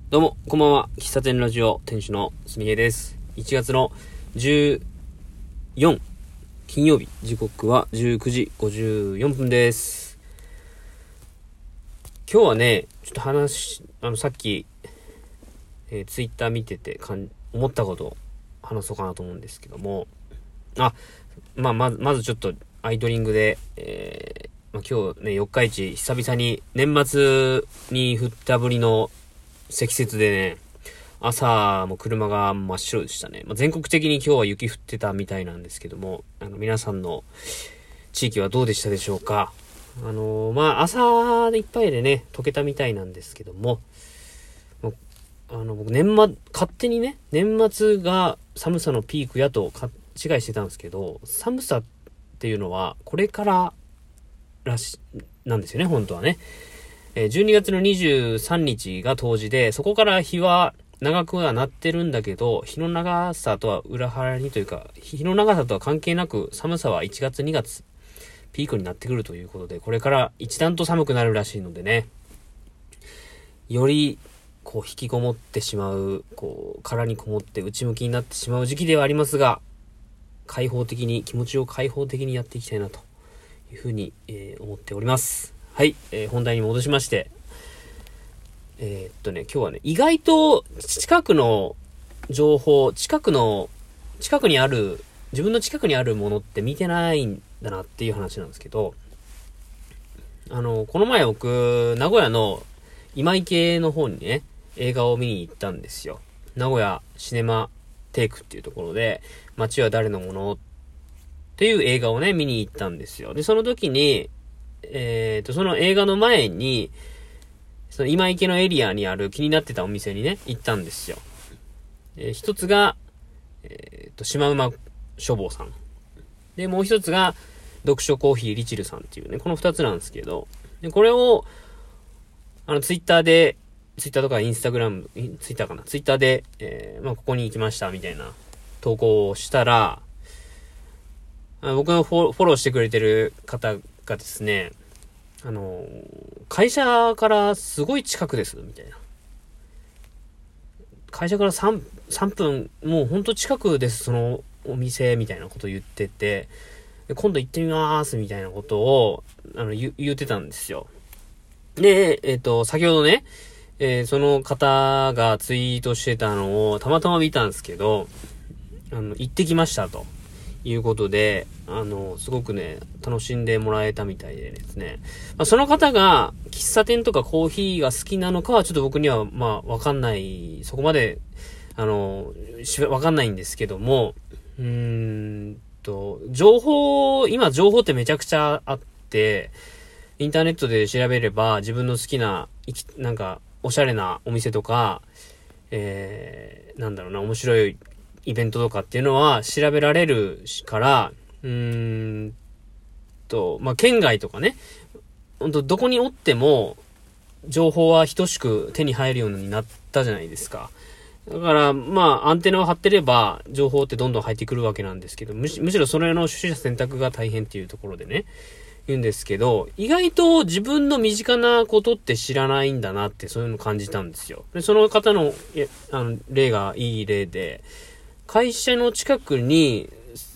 どうも、こんばんは。喫茶店ラジオ店主のすみへいです。1月の14金曜日、時刻は19時54分です。今日はね、ちょっとさっき、ツイッター見てて思ったことを話そうかなと思うんですけども、まずちょっとアイドリングで、今日ね、四日市、久々に年末に降ったぶりの積雪でね、朝も車が真っ白でしたね。全国的に今日は雪降ってたみたいなんですけども、皆さんの地域はどうでしたでしょうか。朝いっぱいでね、溶けたみたいなんですけども、僕勝手にね、年末が寒さのピークやと勘違いしてたんですけど、寒さっていうのはこれからなんですよね、本当はね。12月の23日が冬至で、そこから日は長くはなってるんだけど、日の長さとは裏腹にというか、日の長さとは関係なく、寒さは1月2月、ピークになってくるということで、これから一段と寒くなるらしいのでね、より、引きこもってしまう、殻にこもって内向きになってしまう時期ではありますが、気持ちを開放的にやっていきたいなというふうに、思っております。はい、本題に戻しまして、今日はね、意外と近くの情報、自分の近くにあるものって見てないんだなっていう話なんですけど、この前僕、名古屋の今池の方にね、映画を見に行ったんですよ。名古屋シネマテイクっていうところで、街は誰のものっていう映画をね、見に行ったんですよ。で、その時に、その映画の前に、その今池のエリアにある気になってたお店にね、行ったんですよ。一つが、シマウマ書房さん。で、もう一つが、読書コーヒーリチルさんっていうね、この二つなんですけど、で、これを、ツイッターとかインスタグラム、ツイッターで、ここに行きました、みたいな投稿をしたら、僕のフォローしてくれてる方がですね、会社からすごい近くです、みたいな。会社から3分、もうほんと近くです、そのお店、みたいなこと言ってて、今度行ってみます、みたいなことを、言ってたんですよ。で、先ほどね、その方がツイートしてたのをたまたま見たんですけど、行ってきましたということで、すごくね、楽しんでもらえたみたいでですね。その方が喫茶店とかコーヒーが好きなのかはちょっと僕にはわかんない、そこまで、わかんないんですけども、今情報ってめちゃくちゃあって、インターネットで調べれば自分の好きな、おしゃれなお店とか、面白いイベントとかっていうのは調べられるから、県外とかね、本当どこにおっても、情報は等しく手に入るようになったじゃないですか。だから、アンテナを張ってれば、情報ってどんどん入ってくるわけなんですけど、むしろそれの取捨選択が大変っていうところでね、言うんですけど、意外と自分の身近なことって知らないんだなって、そういうのを感じたんですよ。で、その方の、例がいい例で、会社の近くに、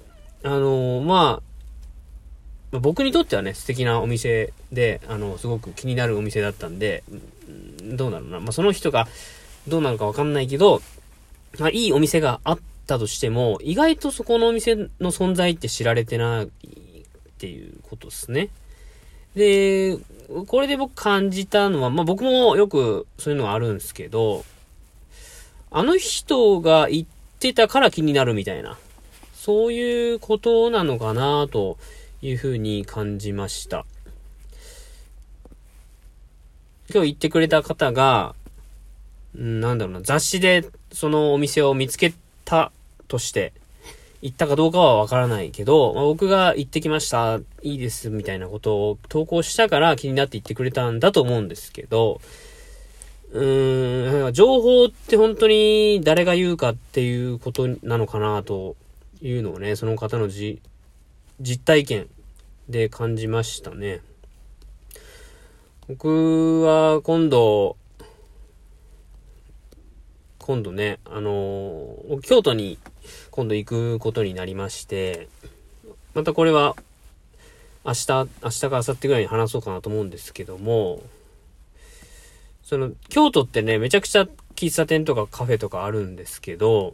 僕にとってはね、素敵なお店で、すごく気になるお店だったんで、どうなるな。その人がどうなるかわかんないけど、いいお店があったとしても、意外とそこのお店の存在って知られてないっていうことですね。で、これで僕感じたのは、僕もよくそういうのがあるんですけど、あの人が言ってたから気になるみたいな、そういうことなのかなというふうに感じました。今日言ってくれた方が、雑誌でそのお店を見つけたとして行ったかどうかはわからないけど、僕が行ってきました、いいですみたいなことを投稿したから気になって言ってくれたんだと思うんですけど、情報って本当に誰が言うかっていうことなのかなというのをね、その方の実体験で感じましたね。僕は今度今度ね、京都に今度行くことになりまして、またこれは明日か明後日ぐらいに話そうかなと思うんですけども、京都ってね、めちゃくちゃ喫茶店とかカフェとかあるんですけど、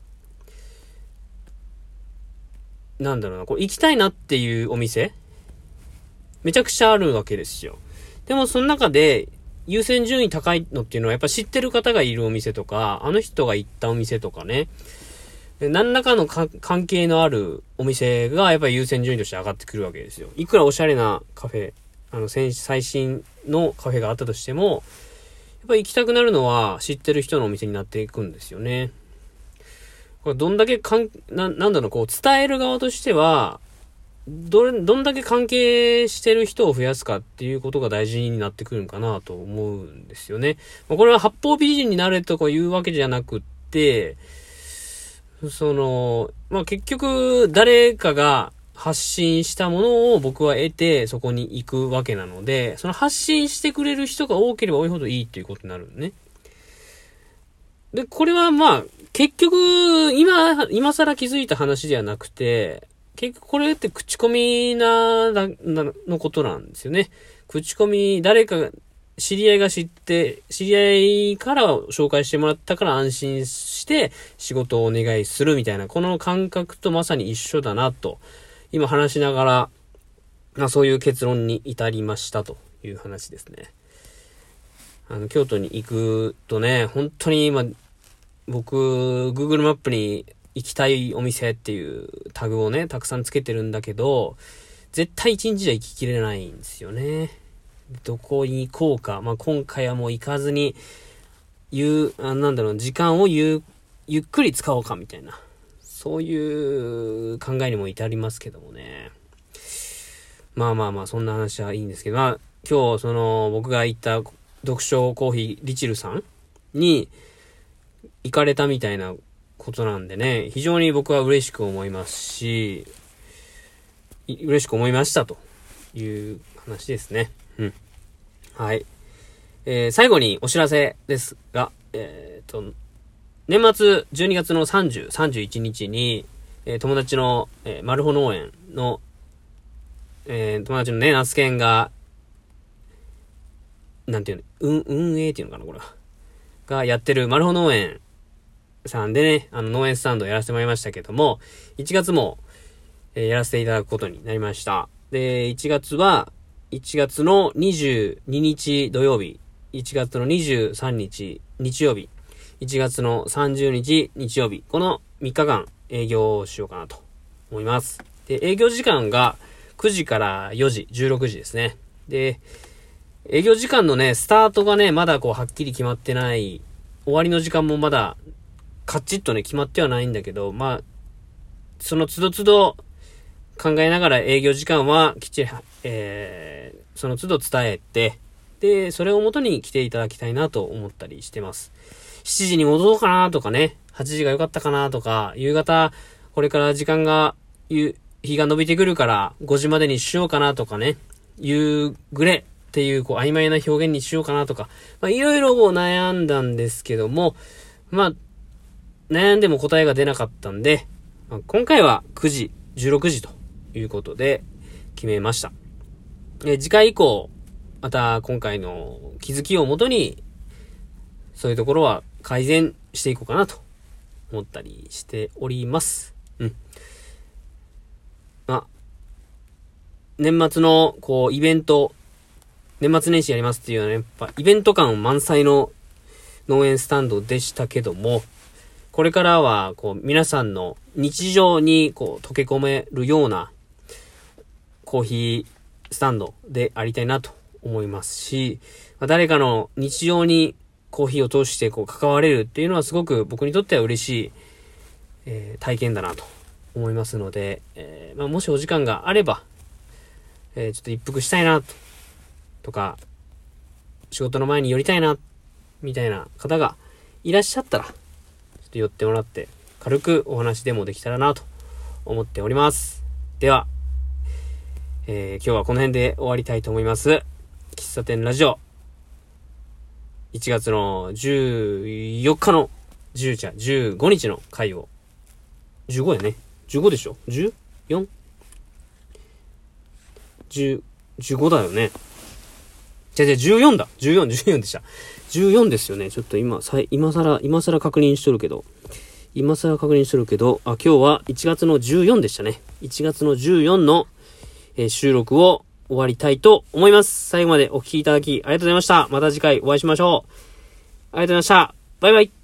なんだろうな、行きたいなっていうお店めちゃくちゃあるわけですよ。でもその中で優先順位高いのっていうのはやっぱ知ってる方がいるお店とか、あの人が行ったお店とかね、何らかの関係のあるお店がやっぱり優先順位として上がってくるわけですよ。いくらおしゃれなカフェ、最新のカフェがあったとしても、やっぱり行きたくなるのは知ってる人のお店になっていくんですよね。これどんだけなんだろう、伝える側としては、どんだけ関係してる人を増やすかっていうことが大事になってくるんかなと思うんですよね。これは八方美人になれとか言うわけじゃなくって、結局誰かが発信したものを僕は得てそこに行くわけなので、その発信してくれる人が多ければ多いほどいいっていうことになるね。で、これは結局今更気づいた話ではなくて、結局これって口コミのことなんですよね。口コミ、誰か知り合いが知って、知り合いから紹介してもらったから安心して仕事をお願いするみたいな、この感覚とまさに一緒だなと、今話しながら、そういう結論に至りましたという話ですね。京都に行くとね、本当に今、僕、Google マップに行きたいお店っていうタグをね、たくさんつけてるんだけど、絶対一日じゃ行ききれないんですよね。どこに行こうか。今回はもう行かずに、時間をゆっくり使おうかみたいな。そういう考えにも至りますけどもね。そんな話はいいんですけど、今日僕が行った読書コーヒーリチルさんに行かれたみたいなことなんでね、非常に僕は嬉しく思いますし、嬉しく思いましたという話ですね。はい。最後にお知らせですが、年末12月の30、31日に、友達の、マルホ農園の、友達のね、ナスケンが、なんていうの、運営っていうのかな、これは。がやってるマルホ農園さんでね、農園スタンドをやらせてもらいましたけども、1月も、やらせていただくことになりました。で、1月の22日土曜日、1月の23日日曜日、1月の30日日曜日、この3日間営業しようかなと思います。で、営業時間が9時から4時、16時ですね。で、営業時間のね、スタートがね、まだはっきり決まってない、終わりの時間もまだカチッとね、決まってはないんだけど、その都度都度考えながら営業時間はきっちり、その都度伝えて、で、それをもとに来ていただきたいなと思ったりしてます。7時に戻ろうかなとかね、8時が良かったかなとか、夕方、これから日が伸びてくるから5時までにしようかなとかね、夕暮れっていう曖昧な表現にしようかなとか、いろいろ悩んだんですけども、悩んでも答えが出なかったんで、今回は9時、16時ということで決めました。次回以降、また今回の気づきをもとに、そういうところは改善していこうかなと思ったりしております。年末のイベント、年末年始やりますっていうのはね、やっぱイベント感満載の農園スタンドでしたけども、これからは皆さんの日常に溶け込めるようなコーヒースタンドでありたいなと思いますし、誰かの日常にコーヒーを通して関われるっていうのはすごく僕にとっては嬉しい、体験だなと思いますので、もしお時間があれば、ちょっと一服したいなとか、仕事の前に寄りたいなみたいな方がいらっしゃったら、ちょっと寄ってもらって軽くお話でもできたらなと思っております。では、今日はこの辺で終わりたいと思います。喫茶店ラジオ1月の14日の 15日の回を、15やね。15でしょ ?14? 15だよね。14だ。14でした。14ですよね。ちょっと今更確認しとるけど、今日は1月の14でしたね。1月の14の、収録を終わりたいと思います。最後までお聞きいただきありがとうございました。また次回お会いしましょう。ありがとうございました。バイバイ。